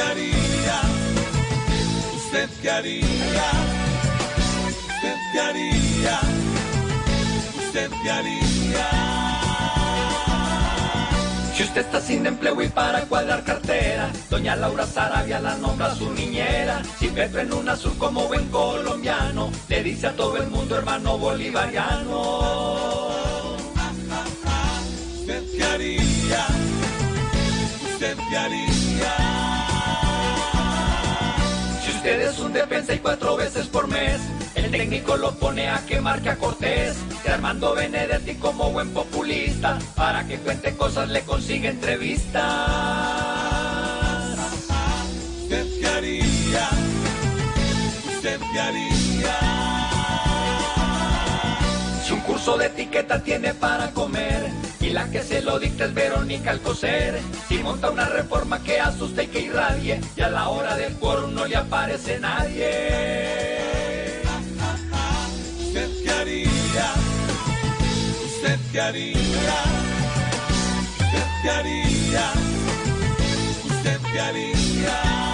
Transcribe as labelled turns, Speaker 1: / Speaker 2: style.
Speaker 1: haría? ¿Usted qué haría? ¿Usted qué haría? ¿Usted qué haría?
Speaker 2: Si usted está sin empleo y para cuadrar cartera, doña Laura Sarabia la nombra su niñera. Si Petro en un azul como buen colombiano, le dice a todo el mundo hermano bolivariano.
Speaker 1: ¿Usted qué haría? ¿Usted qué haría?
Speaker 2: Si usted es un defensa y 4 veces por mes, el técnico lo pone a que marque a Cortés. Y Armando Benedetti como buen populista, para que cuente cosas le consigue entrevistas.
Speaker 1: ¿Usted qué haría? ¿Usted qué haría?
Speaker 2: Si un curso de etiqueta tiene para comer y la que se lo dicta es Verónica Alcocer, si monta una reforma que asuste y que irradie y a la hora del quórum no le aparece nadie.
Speaker 1: ¿Usted qué haría? ¿Usted qué haría? ¿Usted qué haría? ¿Usted qué haría?